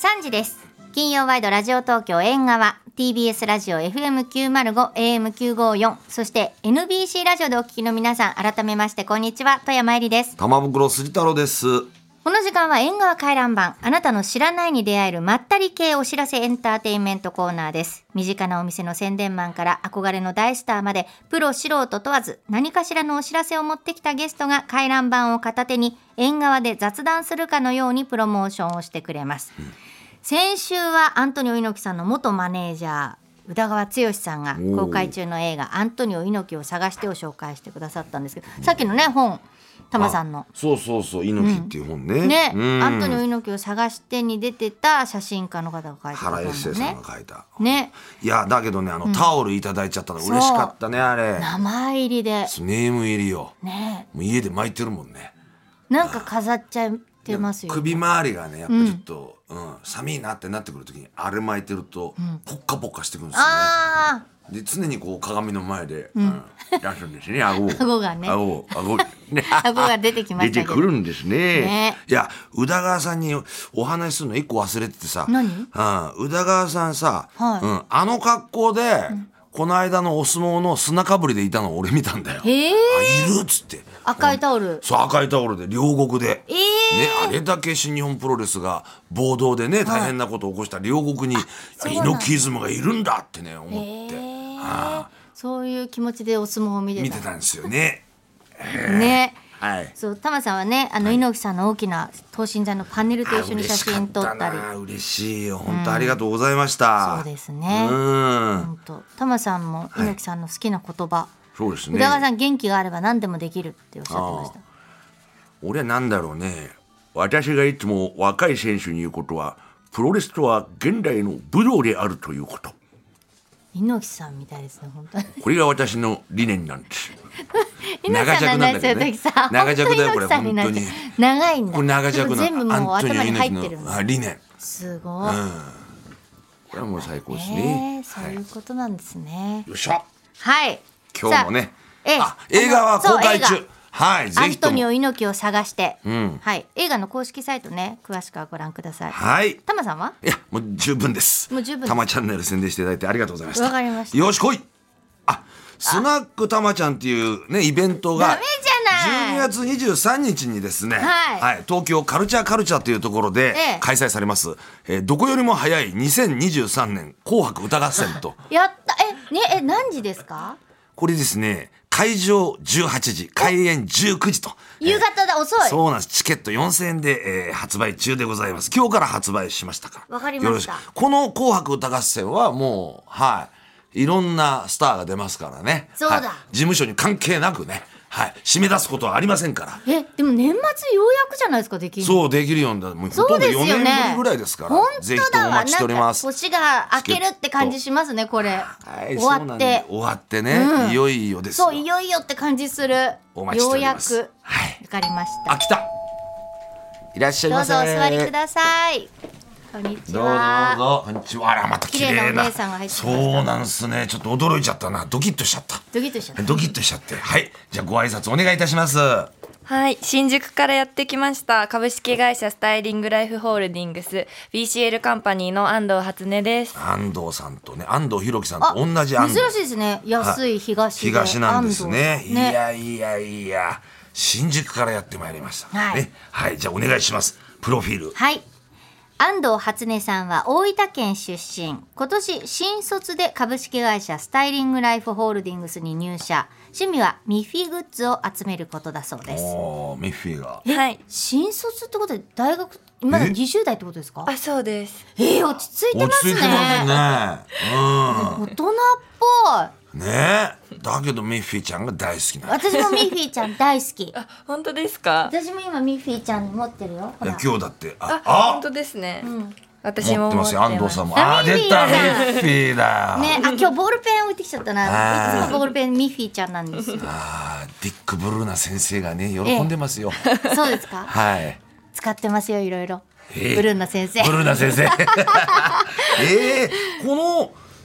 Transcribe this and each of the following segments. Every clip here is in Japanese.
3時です。金曜ワイドラジオ東京縁側 TBS ラジオ FM905 AM954 そして NBC ラジオでお聞きの皆さん、改めましてこんにちは。富山えりです。 玉袋筋太郎です。 この時間は縁側回覧版、あなたの知らないに出会えるまったり系お知らせエンターテインメントコーナーです。身近なお店の宣伝マンから憧れの大スターまで、プロ素人問わず何かしらのお知らせを持ってきたゲストが回覧版を片手に縁側で雑談するかのようにプロモーションをしてくれます。先週はアントニオ猪木さんの元マネージャー宇田川剛さんが公開中の映画アントニオ猪木を探してを紹介してくださったんですけど、さっきのね本タマさんのそう猪木っていう本ね、 アントニオ猪木を探してに出てた写真家の方が書いてた本ね。 原エッセイさんが書いたね。 いやだけどねタオルいただいちゃったの嬉しかったね。あれ名前入りでネーム入りよ、 ね、 もう家で巻いてるもんね。 なんか飾っちゃってますよ。 首周りがねやっぱちょっと、寒いなってなってくるときにあれ巻いてると、ポッカポカしてくるんですよね。で常にこう鏡の前で、出すんですね。顎がね顎が出てきましたけど出てくるんですね。いや宇田川さんにお話しするの一個忘れててさ、 何？ 宇田川さんさ、 はいあの格好で、この間のお相撲の砂かぶりでいたのを俺見たんだよ。いるっつって赤いタオル、 そう赤いタオルで両国で、ね、あれだけ新日本プロレスが暴動でね大変なことを起こした両国に猪木イズムがいるんだってね思って、 そういう気持ちでお相撲を見てたんですよね。 ね、 はい、 そうタマさんはね猪木さんの大きな等身大のパネルと一緒に写真撮ったり。 嬉しいよ本当、ありがとうございました。 そうですね。本当タマさんも猪木さんの好きな言葉、 そうですね、 宇田川さん元気があれば何でもできるっておっしゃってました。 俺はなんだろうね、私がいつも若い選手に言うことは、プロレスとは現代の武道であるということ。 猪木さんみたいですね本当に。 これが私の理念なんです。 長尺なんだけどね。 長尺だよこれ本当に。 長いんだ。 これ長尺な全部もう頭に入ってるんだ。 理念。 すごい。 これはもう最高ですね。 そういうことなんですね。 よっしゃ。 はい。 今日もね。映画は公開中。はい、ぜひともアントニオ猪木を探して、はい、映画の公式サイトね詳しくはご覧ください。 はい。 タマさんは？ いやもう十分です。 もう十分です。 タマチャンネル宣伝していただいてありがとうございました。 わかりました。 よし来い。スナックタマちゃんっていうねイベントがダメじゃない。 12月23日にですね、 はい、 東京カルチャーというところで開催されます、どこよりも早い2023年紅白歌合戦と。 やった何時ですか？ これですね、会場18時開演19時と、 夕方だ。遅い。 そうなんです。チケット4000円で、発売中でございます。今日から発売しましたから。 わかりました。 この紅白歌合戦はもういろんなスターが出ますからね。 そうだ、 事務所に関係なくね、締め出すことはありませんから。 でも年末ようやくじゃないですかできる。 そうできるようになる。もうほとんど4年ぶりぐらいですから。 本当だわ。 ぜひともお待ちしております。 星が明けるって感じしますねこれ。終わってね、いよいよですよ。 そういよいよって感じする。 お待ちしております。 ようやくわかりました。 来た。いらっしゃいませ。 どうぞお座りください。こんにちは。 どうぞこんにちは。あらまた綺麗な。 綺麗なお姉さんが入ってました。 そうなんですね。ちょっと驚いちゃったな。ドキッとしちゃった。 ドキッとしちゃって。 はい。じゃあご挨拶お願いいたします。 はい、新宿からやってきました株式会社スタイリングライフホールディングス BCL カンパニーの安藤初音です。 安藤さんとね、安藤弘樹さんと同じ安藤。 珍しいですね。安い東なんですね。いや新宿からやってまいりました。はい、じゃあお願いします。プロフィール。 はい。安藤初音さんは大分県出身。今年新卒で株式会社スタイリングライフホールディングスに入社。趣味はミッフィーグッズを集めることだそうです。 ミッフィーが。 はい。 新卒ってことで大学まだ20代ってことですか？ そうです。 落ち着いてますね。大人っぽい。 ねえ、だけどミッフィーちゃんが大好きな。 私もミッフィーちゃん大好き。 本当ですか？ 私も今ミッフィーちゃん持ってるよ。 今日だって本当ですね。私も持ってますよ。安藤さんも。出たミッフィーだ。 ね、今日ボールペン置いてきちゃったな。いつもボールペンミッフィーちゃんなんですよ。 ディック・ブルーナ先生がね喜んでますよ。 そうですか？はい。使ってますよいろいろ。ブルーナ先生。 この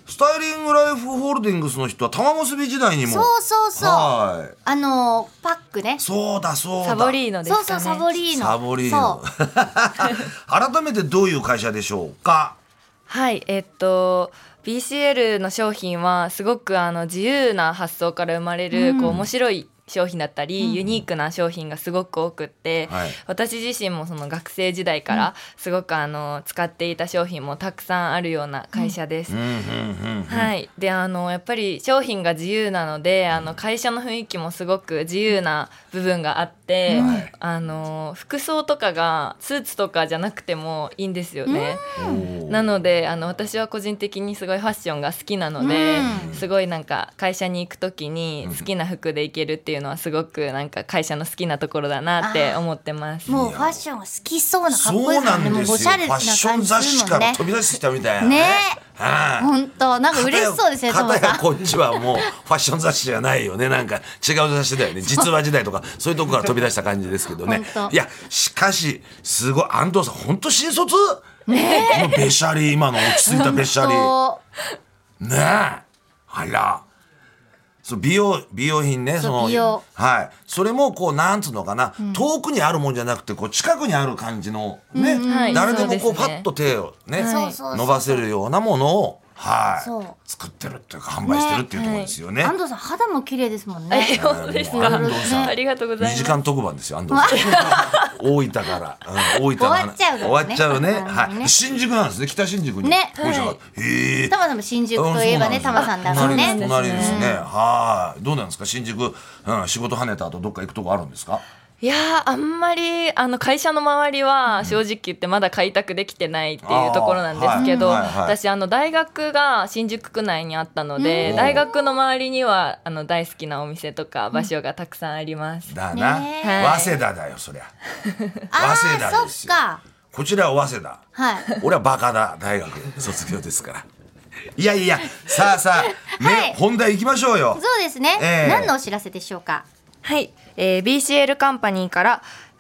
スタイリングライフホールディングスの人は玉結び時代にもそうはい、 パックね。 そうだサボリーノですかね。 そうサボリーノ。 サボリーノ改めてどういう会社でしょうか。 はい、BCL の商品はすごく自由な発想から生まれる、こう面白い商品だったり、ユニークな商品がすごく多くって、私自身もその学生時代からすごく使っていた商品もたくさんあるような会社です。はい、でやっぱり商品が自由なので会社の雰囲気もすごく自由な部分があって、服装とかがスーツとかじゃなくてもいいんですよね。なので私は個人的にすごいファッションが好きなので、すごいなんか会社に行く時に好きな服で行けるっていうのはすごくなんか会社の好きなところだなって思ってます。 もうファッションが好きそうなかっこいいそうなんもうですよ。 おしゃれなファッショ感じン雑誌するもんね。 から飛び出してきたみたいなね。 本当なんか嬉しそうですね。 片やこっちはもうファッション雑誌じゃないよね。なんか違う雑誌だよね。実話時代とかそういうとこから飛び出した感じですけどね。いやしかしすごい安藤さん本当新卒ね。このべしゃり今の落ち着いたべしゃりねえ。あら。そう美容品ね。 美容はい。それもこうなんつうのかな、遠くにあるもんじゃなくてこう近くにある感じのね、誰でもこうパッと手をね伸ばせるようなものを作ってるっていうか販売してるっていうところですよね。 安藤さん肌も綺麗ですもんね。 本当ですか。 安藤さんありがとうございます。 2時間特番ですよ安藤さん。大分から、大分の終わっちゃうからね。 終わっちゃうね。はい。新宿なんですね。北新宿に本社が。へえ。 タマさんも新宿といえばね、タマさんだもんね。 隣ですね。はい。どうなんですか新宿、仕事跳ねた後どっか行くとこあるんですか。 いやあんまり会社の周りは正直言ってまだ開拓できてないっていうところなんですけど、私大学が新宿区内にあったので、大学の周りには大好きなお店とか場所がたくさんあります。 だな、早稲田だよそりゃ。早稲田ですよ。こちらは早稲田。俺はバカだ大学卒業ですから。いやいやさあね、本題行きましょうよ。 そうですね。何のお知らせでしょうか。 はい、BCL カンパニーから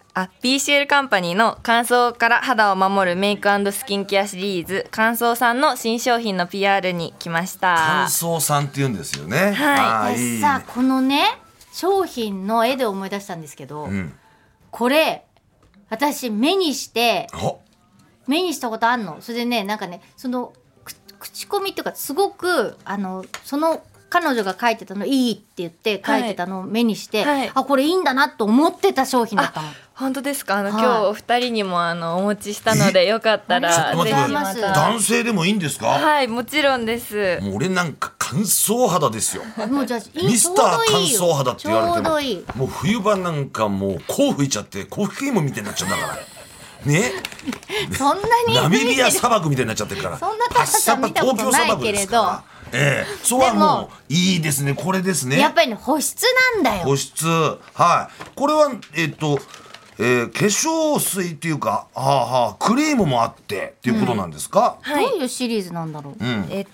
BCL カンパニーの乾燥から肌を守るメイク&スキンケアシリーズ乾燥さんの新商品の PR に来ました。 乾燥さんって言うんですよね。 いいさこのね商品の絵で思い出したんですけど、これ私目にしたことあんの。それでねなんかねその口コミっていうかすごくその彼女が書いてたのいいって言って書いてたのを目にして、これいいんだなと思ってた商品だったの。 本当ですか。今日お二人にもお持ちしたのでよかったらぜひまた。 男性でもいいんですか。 はいもちろんです。 もう俺なんか乾燥肌ですよ。 もうじゃあミスター乾燥肌って言われてももう冬場なんかもうこう吹いちゃってコーヒーもみたいになっちゃうんだからね。 そんなにナミビア砂漠みたいになっちゃってるから。 そんな高さ見たことないけれど。 そうはもういいですね。これですね。 やっぱりね保湿なんだよ。 保湿。これは化粧水っていうかクリームもあってっていうことなんですか。 どういうシリーズなんだろう。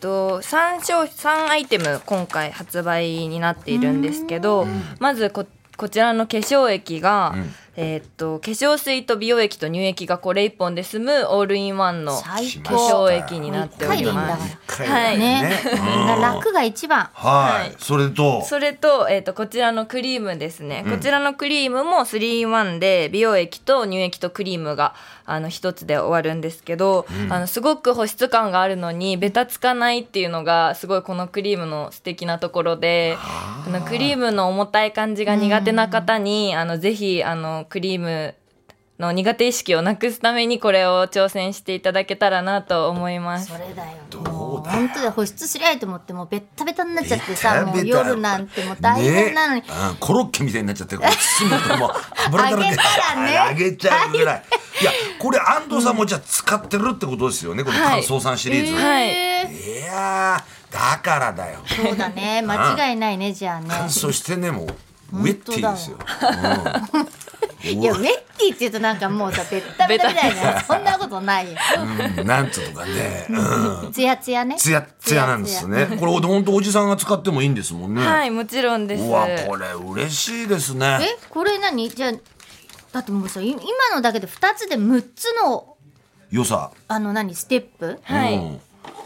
3アイテム今回発売になっているんですけど、まずこちらの化粧液が、化粧水と美容液と乳液がこれ1本で済むオールインワンの化粧液になっております。 楽が一番。 それとこちらのクリームですね。こちらのクリームも3-in-1で美容液と乳液とクリームが一つで終わるんですけど、すごく保湿感があるのにベタつかないっていうのがすごいこのクリームの素敵なところで、クリームの重たい感じが苦手な方にぜひクリームの苦手意識をなくすためにこれを挑戦していただけたらなと思います。 それだよ。本当だ保湿すりゃいと思ってもうベッタベタになっちゃってさ、もう夜なんてもう大変なのに、 コロッケみたいになっちゃって包むともう油だらけ揚げちゃうぐらい。いやこれ安藤さんもじゃあ使ってるってことですよね。この乾燥さんシリーズ。いやだからだよ。 そうだね間違いないね。じゃあね乾燥してねもうウェッティーですよ。 いやウェッティって言うとなんかもうさベッタベタみたいなそんなことないよ。 なんつうのかね。 ツヤツヤね。 ツヤツヤなんですね。これ本当おじさんが使ってもいいんですもんね。 はいもちろんです。 うわこれ嬉しいですね。 これ何じゃあだってもうさ今のだけで2つで6つの良さ何ステップ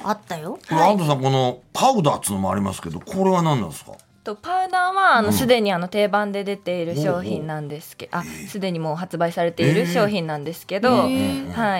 あったよ。 これ安藤さん、このパウダーっつうのもありますけど、これは何なんですか？ パウダーはすでに定番で出ている商品なんですけど、すでにもう発売されている商品なんですけど、はい、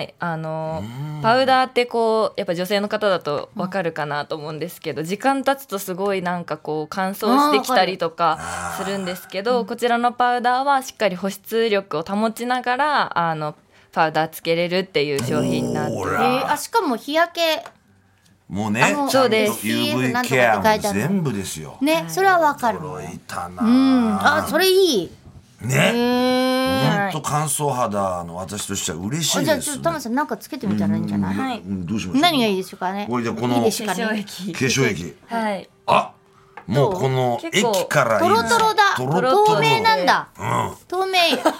パウダーってこうやっぱ女性の方だと分かるかなと思うんですけど、時間経つとすごいなんかこう乾燥してきたりとかするんですけど、こちらのパウダーはしっかり保湿力を保ちながらパウダーつけれるっていう商品になってあ、しかも日焼けもうね、 そうです。 UV ケアも全部ですよね。それはわかる。 驚いたな。 あ、それいいね。本当乾燥肌の私としては嬉しいですね。 じゃあちょっとタマさんなんかつけてみたらいいんじゃない？ はい。 どうしましょう。 何がいいでしょうかね。 これじゃこの化粧液。 はい。 あ、もうこの液からトロトロだ。透明なんだ。透明。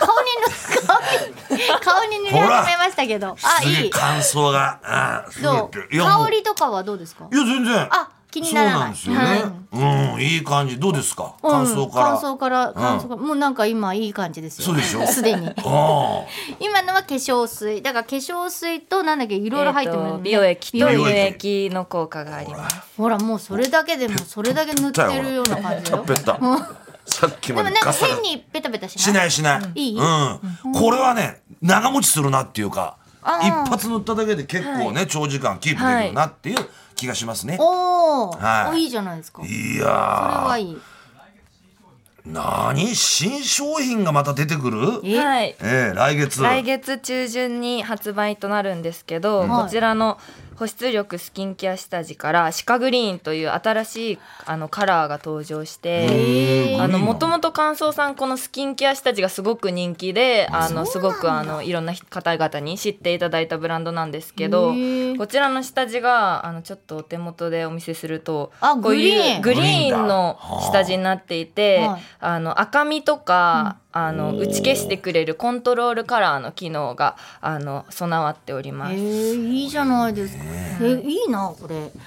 顔に塗り始めましたけど。あ、いい。 乾燥が。 どう？香りとかはどうですか？ いや全然。 あ、気にならない。 そうなんですよね。いい感じ。どうですか？乾燥からもうなんか今いい感じですよ。 そうでしょ。 すでに。今のは化粧水。だから化粧水となんだっけ、いろいろ入ってる。 美容液と乳液の効果があります。 ほらもうそれだけでもそれだけ塗ってるような感じよ。 さっきまででもなんか変にベタベタしない。 しない。いい。これはね、長持ちするなっていうか、一発塗っただけで結構ね、長時間キープできるなっていう気がしますね。 いいじゃないですか。 いや、 それはいい。 新商品がまた出てくる？ はい。 来月中旬に発売となるんですけど、こちらの保湿力スキンケア下地からシカグリーンという新しいカラーが登場して、もともと乾燥さんこのスキンケア下地がすごく人気で、すごくいろんな方々に知っていただいたブランドなんですけど、こちらの下地がちょっとお手元でお見せすると、こういうグリーンの下地になっていて、赤みとか打ち消してくれるコントロールカラーの機能が備わっております。 いいじゃないですか。いいなこれ。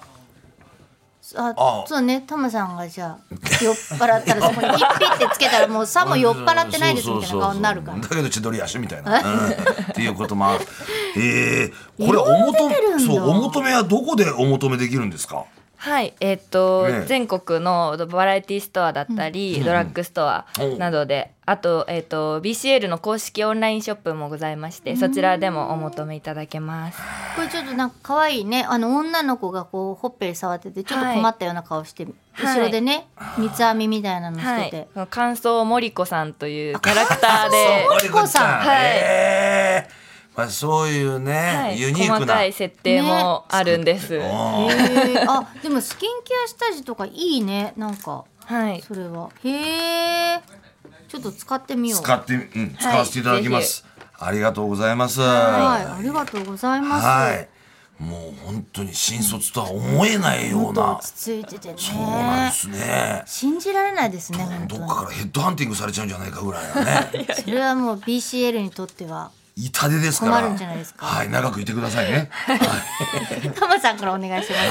そうね、タマさんがじゃあ酔っ払ったらそこにピッピッてつけたらもうさも酔っ払ってないですみたいな顔になるから。 だけど千鳥足みたいなっていうこともある。これお求めはどこでお求めできるんですか？ はい、全国のバラエティストアだったり、ドラッグストアなどで、あと、BCL の公式オンラインショップもございまして、そちらでもお求めいただけます。 これちょっとなんか可愛いね、女の子がこうほっぺり触っててちょっと困ったような顔して、後ろでね、三つ編みみたいなのしてて、 乾燥森子さんというキャラクターで森子さん、 そういうね、ユニークな細かい設定もあるんです。 でもスキンケア下地とかいいね、なんか、それはちょっと使ってみよう。 使わせていただきます。ありがとうございます。 ありがとうございます。 もう本当に新卒とは思えないような、 落ち着いててね。 そうなんですね。 信じられないですね。 どっかからヘッドハンティングされちゃうんじゃないかぐらいだね。 それはもう BCL にとっては痛手ですから。 困るんじゃないですか。 長くいてくださいね。 タマさんからお願いします。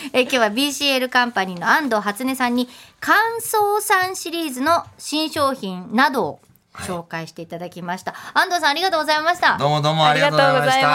今日は BCL カンパニーの安藤初音さんに乾燥さんシリーズの新商品などを紹介していただきました。安藤さんありがとうございました。 どうもどうもありがとうございました。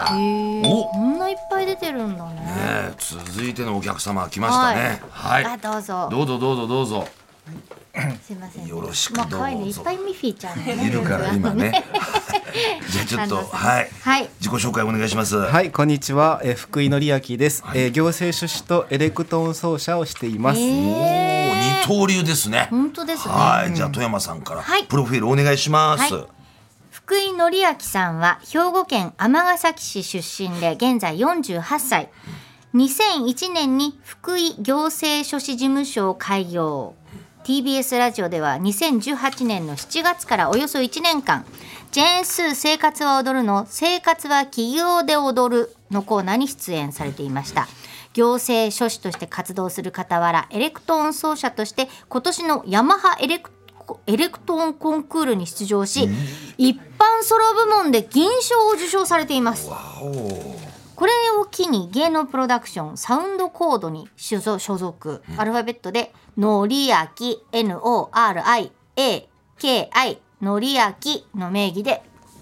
こんないっぱい出てるんだね。 続いてのお客様来ましたね。 どうぞどうぞ。 すいません。 よろしくどうぞ。 可愛いね、いっぱいミッフィーちゃんいるから今ね。じゃあちょっと自己紹介お願いします。 はい、こんにちは、福井紀明です。行政書士とエレクトーン奏者をしています。 二刀流ですね。 本当ですね。 じゃあ富山さんからプロフィールお願いします。 福井紀明さんは兵庫県尼崎市出身で現在48歳。2001年に福井行政書士事務所を開業。TBS ラジオでは2018年の7月からおよそ1年間、ジェーンスー生活は踊るの生活は企業で踊るのコーナーに出演されていました。行政書士として活動する傍ら、エレクトーン奏者として今年のヤマハエレクトーンコンクールに出場し、一般ソロ部門で銀賞を受賞されています。これを機に芸能プロダクションサウンドコードに所属、アルファベットでのりあき NORIAKI のりあきの名義で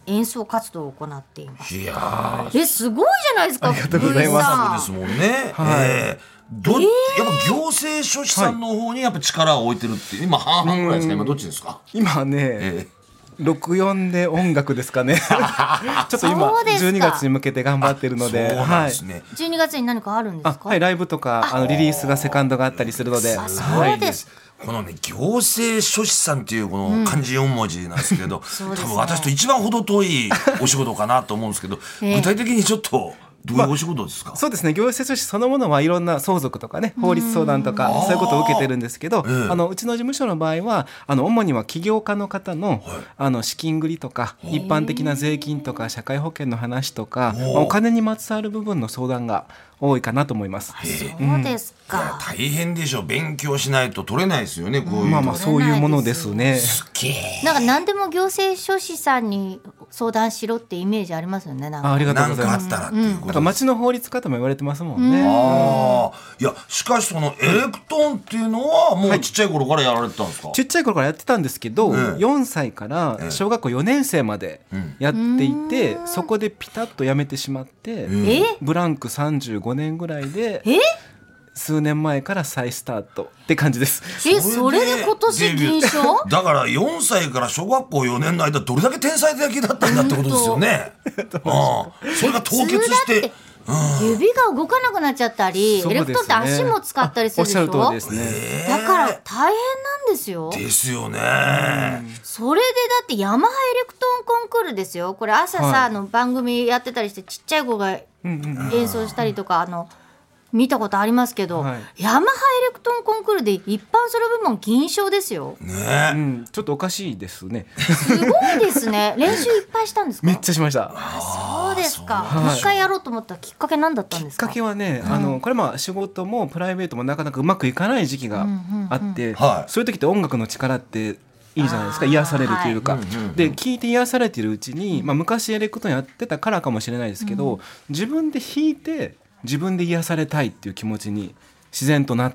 演奏活動を行っています。 いやすごいじゃないですか。 ありがとうございます。ですもんね。やっぱ行政書士さんの方にやっぱ力を置いてるっていう、今半々ぐらいですか。今どっちですか。 今ね、64で音楽ですかね。ちょっと今12月に向けて頑張ってるので。 そうなんですね。 12月に何かあるんですか。 はい、ライブとかリリースがセカンドがあったりするので。 そうです。 このね、行政書士さんっていうこの漢字4文字なんですけど、多分私と一番程遠いお仕事かなと思うんですけど、具体的にちょっとどういうお仕事ですか。 そうですね、行政書士そのものはいろんな相続とかね、法律相談とかそういうことを受けてるんですけど、うちの事務所の場合は主には起業家の方の、資金繰りとか一般的な税金とか社会保険の話とか、お金にまつわる部分の相談が多いかなと思います。 そうですか。 大変でしょ。勉強しないと取れないですよね。こういうまあそういうものですね。 なんか何でも行政書士さんに相談しろってイメージありますよね。 ありがとうございます。 なんかあったらっていうこと。 なんか町の法律家とも言われてますもんね。 いやしかしそのエレクトーンっていうのはもうちっちゃい頃からやられてたんですか。 ちっちゃい頃からやってたんですけど、4歳から小学校4年生までやっていて、そこでピタッとやめてしまって、ブランク35年ぐらいで数年前から再スタートって感じです。 それで今年銀賞だから4歳から小学校4年の間どれだけ天才的だったんだってことですよね。それが凍結して指が動かなくなっちゃったり、エレクトーンって足も使ったりするでしょ。 おっしゃる通りですね。 だから大変なんですよ。 ですよね。 それでだってヤマハエレクトーンコンクールですよ。これ朝さ、番組やってたりしてちっちゃい子が演奏したりとか見たことありますけど、ヤマハエレクトーンコンクールで一般ソロ部門銀賞ですよ。 ちょっとおかしいですね。 すごいですね。練習いっぱいしたんですか。 めっちゃしました。 そうですか。もう一回やろうと思ったきっかけ何だったんですか。 きっかけはね、これ仕事もプライベートもなかなかうまくいかない時期があって、そういう時って音楽の力っていいじゃないですか。癒されるというか、で聴いて癒されているうちに、昔エレクトーンやってたからかもしれないですけど、自分で弾いて自分で癒されたいっていう気持ちに自然となって、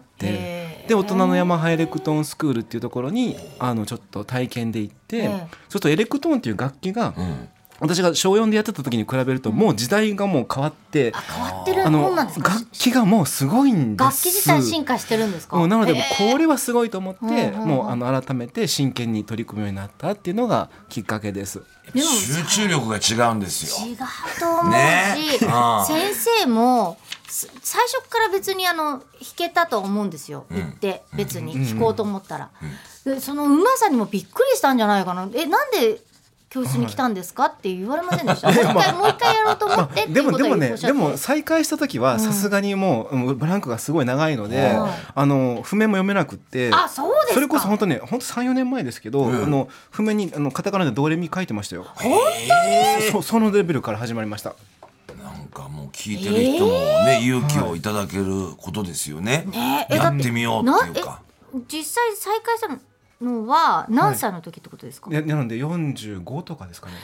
で大人のヤマハエレクトーンスクールっていうところにちょっと体験で行って、そうするとエレクトーンっていう楽器が、私が小4でやってた時に比べるともう時代がもう変わって、 変わってるもんなんですか。 楽器がもうすごいんです。 楽器自体進化してるんですか。 なのでこれはすごいと思って、もう改めて真剣に取り組むようになったっていうのがきっかけです。 集中力が違うんですよ。 違うと思うし、先生も最初から別に弾けたと思うんですよ。行って別に弾こうと思ったら、そのうまさにもびっくりしたんじゃないかな。なんで教室に来たんですかって言われませんでした。もう一回やろうと思ってっていうことを言って。 でも再開した時はさすがにもうブランクがすごい長いので、譜面も読めなくって、それこそ本当 3,4 年前ですけど、譜面にカタカナでドレミ書いてましたよ。 本当に。 そのレベルから始まりました。 なんかもう聞いてる人もね、勇気をいただけることですよね。やってみようっていうか。 実際再開したのは何歳の時ってことですか。 なので45とかですかね。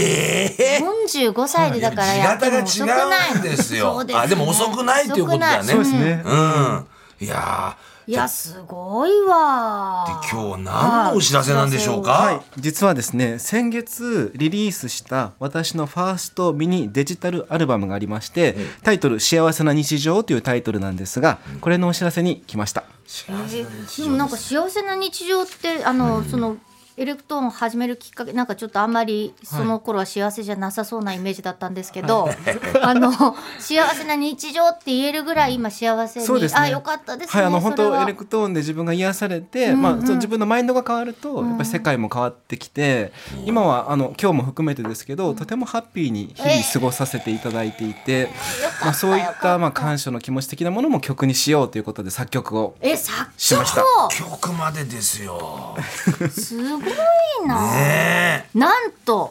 45歳でだからやっても遅くないんですよ。でも遅くないっていうことだね。 そうですね。 いやすごいわ。 で今日は何のお知らせなんでしょうか。 実はですね、先月リリースした私のファーストミニデジタルアルバムがありまして、タイトル幸せな日常というタイトルなんですが、これのお知らせに来ました。 でもなんか幸せな日常ってそのエレクトーンを始めるきっかけ、なんかちょっとあんまりその頃は幸せじゃなさそうなイメージだったんですけど、幸せな日常って言えるぐらい今幸せに、よかったですね。 本当エレクトーンで自分が癒されて、自分のマインドが変わるとやっぱり世界も変わってきて、今は今日も含めてですけど、とてもハッピーに日々過ごさせていただいていて、そういった感謝の気持ち的なものも曲にしようということで作曲をしました。 曲までですよ。 すごいな。なんと、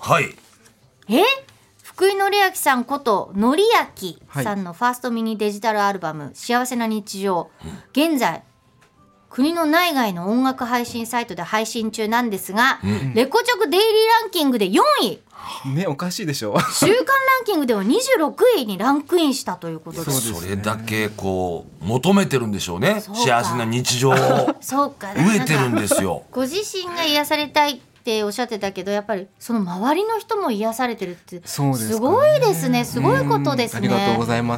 福井紀明さんこと紀明さんのファーストミニデジタルアルバム幸せな日常、現在国の内外の音楽配信サイトで配信中なんですが、レコチョクデイリーランキングで4位ね、おかしいでしょ。 週間ランキングでは26位にランクインしたということです。 それだけこう求めてるんでしょうね。幸せな日常を飢えてるんですよ。 ご自身が癒されたいっておっしゃってたけど、やっぱりその周りの人も癒されてるってすそうですかね、 ごいですね。すごいことですね。 ありがとうございます。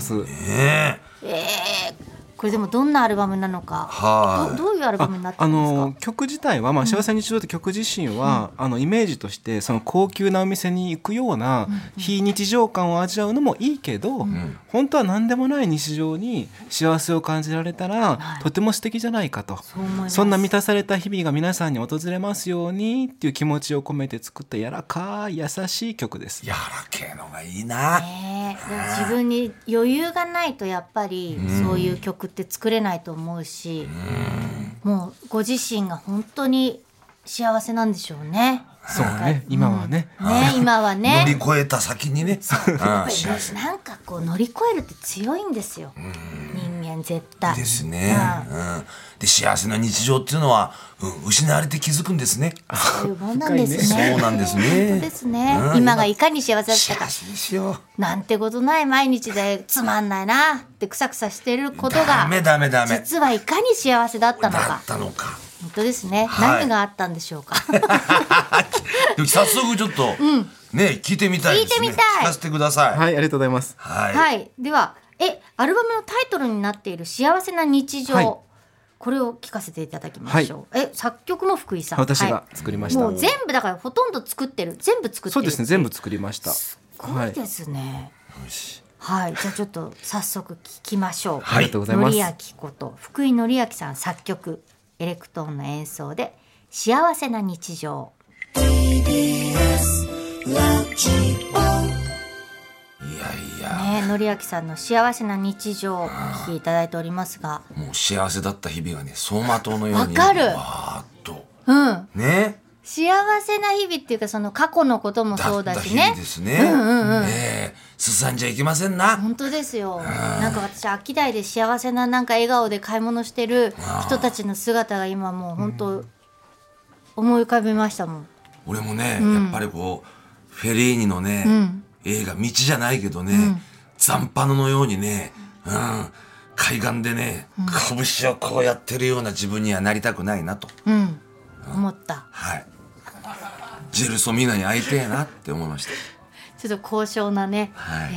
これでもどんなアルバムなのか、どういうアルバムになってるんですか？ 曲自体は、幸せに日常って曲自身は、イメージとしてその高級なお店に行くような非日常感を味わうのもいいけど、本当は何でもない日常に幸せを感じられたら、とても素敵じゃないかと。そんな満たされた日々が皆さんに訪れますようにっていう気持ちを込めて作った柔らかい優しい曲です。 柔らけえのがいいな。 でも自分に余裕がないとやっぱりそういう曲って作れないと思うし、もうご自身が本当に幸せなんでしょうね。 そうね、今はね、 今はね乗り越えた先にね、 なんかこう乗り越えるって強いんですよ、人間絶対ですね。で幸せな日常っていうのは、失われて気づくんですね。 そういうもんなんですね。 そうなんですね。 本当ですね。今がいかに幸せだったか、 幸せですよ。 なんてことない毎日でつまんないなってクサクサしてることがダメ実はいかに幸せだったのか。本当ですね、何があったんでしょうか。 早速ちょっと、ね、聞いてみたいですね。聞かせてください。 はい、ありがとうございます。 はい、ではアルバムのタイトルになっている幸せな日常、これを聞かせていただきましょう。作曲も福井さん。 私が作りました。 もう全部だからほとんど作ってる。 そうですね、全部作りました。 すごいですね。はい、じゃあちょっと早速聞きましょう。 ありがとうございます。 典明こと福井典明さん作曲、エレクトーンの演奏で幸せな日常。典明さんの幸せな日常をお聞きいただいておりますが、 もう幸せだった日々がね、走馬灯のようにわかる。 わーっと、ね、 幸せな日々っていうか、その過去のこともそうだしね。 ですね。すさんじゃいけませんな。 本当ですよ。なんか私アキダイで幸せななんか笑顔で買い物してる人たちの姿が今もう本当思い浮かべましたもん。 俺もね、やっぱりこうフェリーニのね、映画道じゃないけどね、残波のようにね、海岸でね、拳をこうやってるような自分にはなりたくないなと、 思った。 はい。ジェルソミナに会いてえなって思いました。 ちょっと高尚なね。 はい。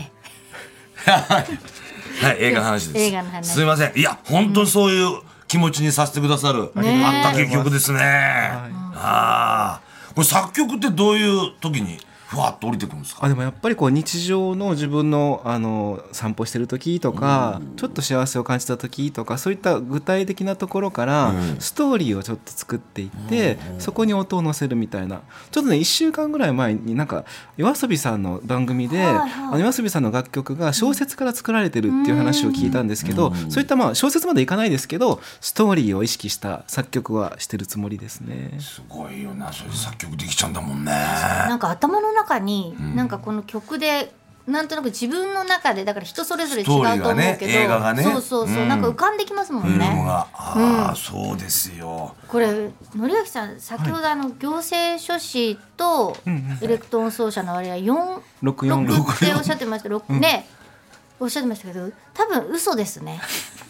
映画の話です。 映画の話。 すいません。いや、本当にそういう気持ちにさせてくださる、あったかい曲ですね。これ作曲ってどういう時にふわっと降りてくるんですか？ でもやっぱりこう日常の自分の散歩してる時とか、ちょっと幸せを感じた時とか、そういった具体的なところからストーリーをちょっと作っていって、そこに音を乗せるみたいな。ちょっとね、1週間ぐらい前になんかYOASOBIさんの番組で、YOASOBIさんの楽曲が小説から作られてるっていう話を聞いたんですけど、そういった小説までいかないですけど、ストーリーを意識した作曲はしてるつもりですね。 すごいよな、それ作曲できちゃうんだもんね。 なんか頭の中に、なんかこの曲でなんとなく自分の中で、だから人それぞれ違うと思うけど、 映画がね、 そう、なんか浮かんできますもんね。 そうですよ。 これ典明さん、先ほど行政書士とエレクトーン奏者の割合4/6っておっしゃってましたね。おっしゃってましたけど、多分嘘ですね。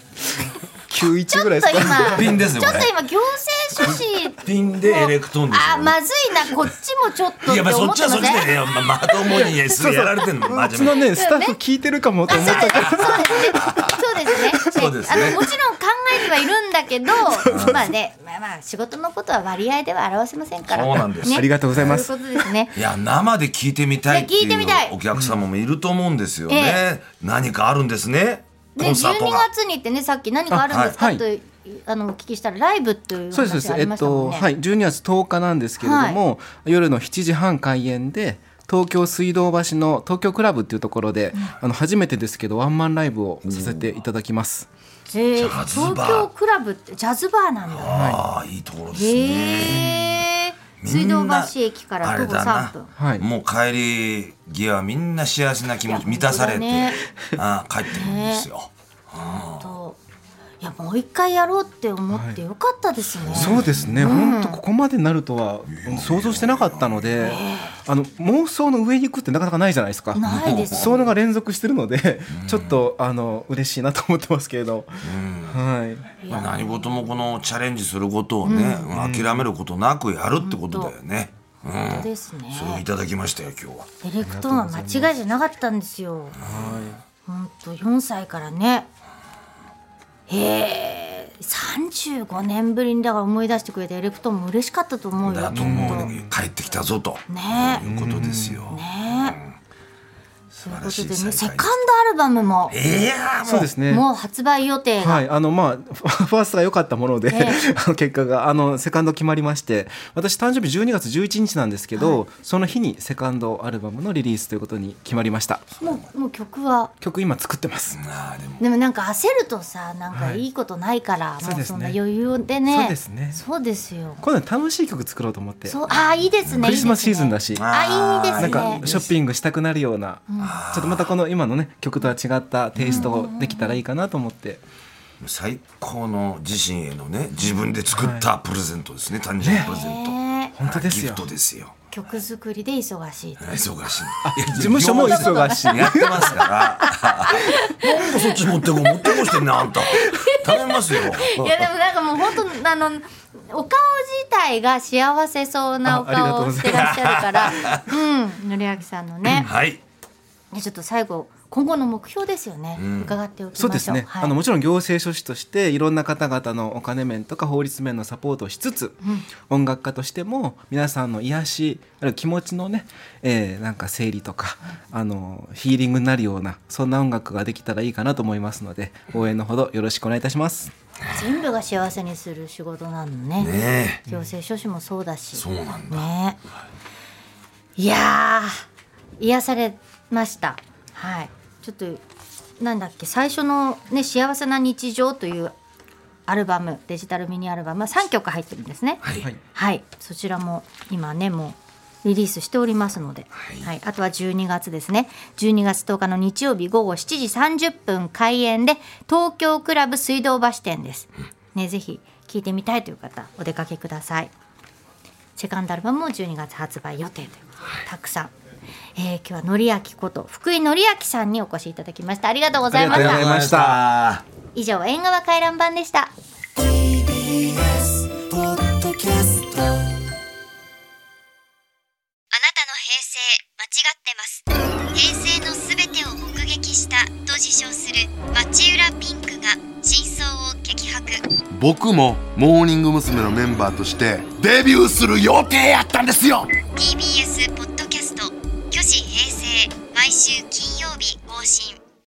91ぐらいですか？ ピンですよ。 ちょっと今行政書士ピンでエレクトーンですよ。 まずいな、こっちもちょっとって思ってません？ いや、そっちはそっちでまともにすぐやられてるの。 うちのね、スタッフ聞いてるかもと思ったから。 そうですね。もちろん考えてはいるんだけど、まあね、仕事のことは割合では表せませんから。 そうなんです。 ありがとうございます。 そういうことですね。 いや、生で聞いてみたいっていうお客様もいると思うんですよね。何かあるんですね。 12月にってね、さっき何かあるんですかとお聞きしたら、ライブっていう話がありましたもんね。 12月10日なんですけれども、夜の7時半開演で、東京水道橋の東京クラブっていうところで、初めてですけどワンマンライブをさせていただきます。 東京クラブってジャズバーなんだ。 いいところですね。 水道橋駅から徒歩3分。 もう帰り際みんな幸せな気持ち満たされて帰ってくるんですよ。 いや、もう一回やろうって思ってよかったですね。 そうですね、本当ここまでなるとは想像してなかったので、妄想の上に行くってなかなかないじゃないですか。 ないです。 そういうのが連続してるので、ちょっと嬉しいなと思ってますけれど、 何事もこのチャレンジすることをね、諦めることなくやるってことだよね。 本当ですね。 それをいただきましたよ今日は。 エレクトーンは間違いじゃなかったんですよ。本当4歳からね。35年ぶりにだから思い出してくれてエレクトーンも嬉しかったと思うよ。 だと思う。帰ってきたぞと、いうことですよ。 ということでね、セカンドアルバムも、 そうですね、 もう発売予定が、 はい、ファーストが良かったもので、結果がセカンド決まりまして、私誕生日12月11日なんですけど、その日にセカンドアルバムのリリースということに決まりました。 もう曲今作ってます。 でもなんか焦るとさ、なんかいいことないから、もうそんな余裕でね。 そうですね。 そうですよ。 今度楽しい曲作ろうと思って。 いいですね。 クリスマスシーズンだし、 いいですね。 なんかショッピングしたくなるような、ちょっとまたこの今のね曲とは違ったテイストをできたらいいかなと思って。 最高の自身へのね、自分で作ったプレゼントですね。誕生日プレゼント。 本当ですよ。 ギフトですよ。 曲作りで忙しい。 忙しい。 事務所も忙しい。 やってますから。なんかそっち持ってこしてんねあんた。頼みますよ。いやでもなんかもう本当お顔自体が幸せそうなお顔をしてらっしゃるから、典明さんのね。 はい。 ちょっと最後今後の目標ですよね、伺っておきましょう。 そうですね、もちろん行政書士としていろんな方々のお金面とか法律面のサポートをしつつ、音楽家としても皆さんの癒し、あるいは気持ちのね、なんか整理とか、ヒーリングになるようなそんな音楽ができたらいいかなと思いますので、応援のほどよろしくお願いいたします。 全部が幸せにする仕事なのね。行政書士もそうだし。 そうなんだ。 ね。いやー、癒されました。はい。ちょっとなんだっけ、最初のね、幸せな日常というアルバム、デジタルミニアルバムは3曲入ってるんですね。はい。そちらも今ね、もうリリースしておりますので、あとは12月ですね。12月10日の日曜日午後7時30分開演で、東京クラブ水道橋店です。ね、ぜひ聴いてみたいという方お出かけください。セカンドアルバムも12月発売予定ということで、たくさん。今日は典明こと福井典明さんにお越しいただきました。ありがとうございました。 ありがとうございました。 以上、縁側回覧版でした。 TBS ポッドキャスト。あなたの平成間違ってます。平成のすべてを目撃したと自称する町浦ピンクが真相を激白。 僕もモーニング娘。のメンバーとしてデビューする予定やったんですよ。 TBS ポッドキャスト、虚子平成、毎週金曜日更新。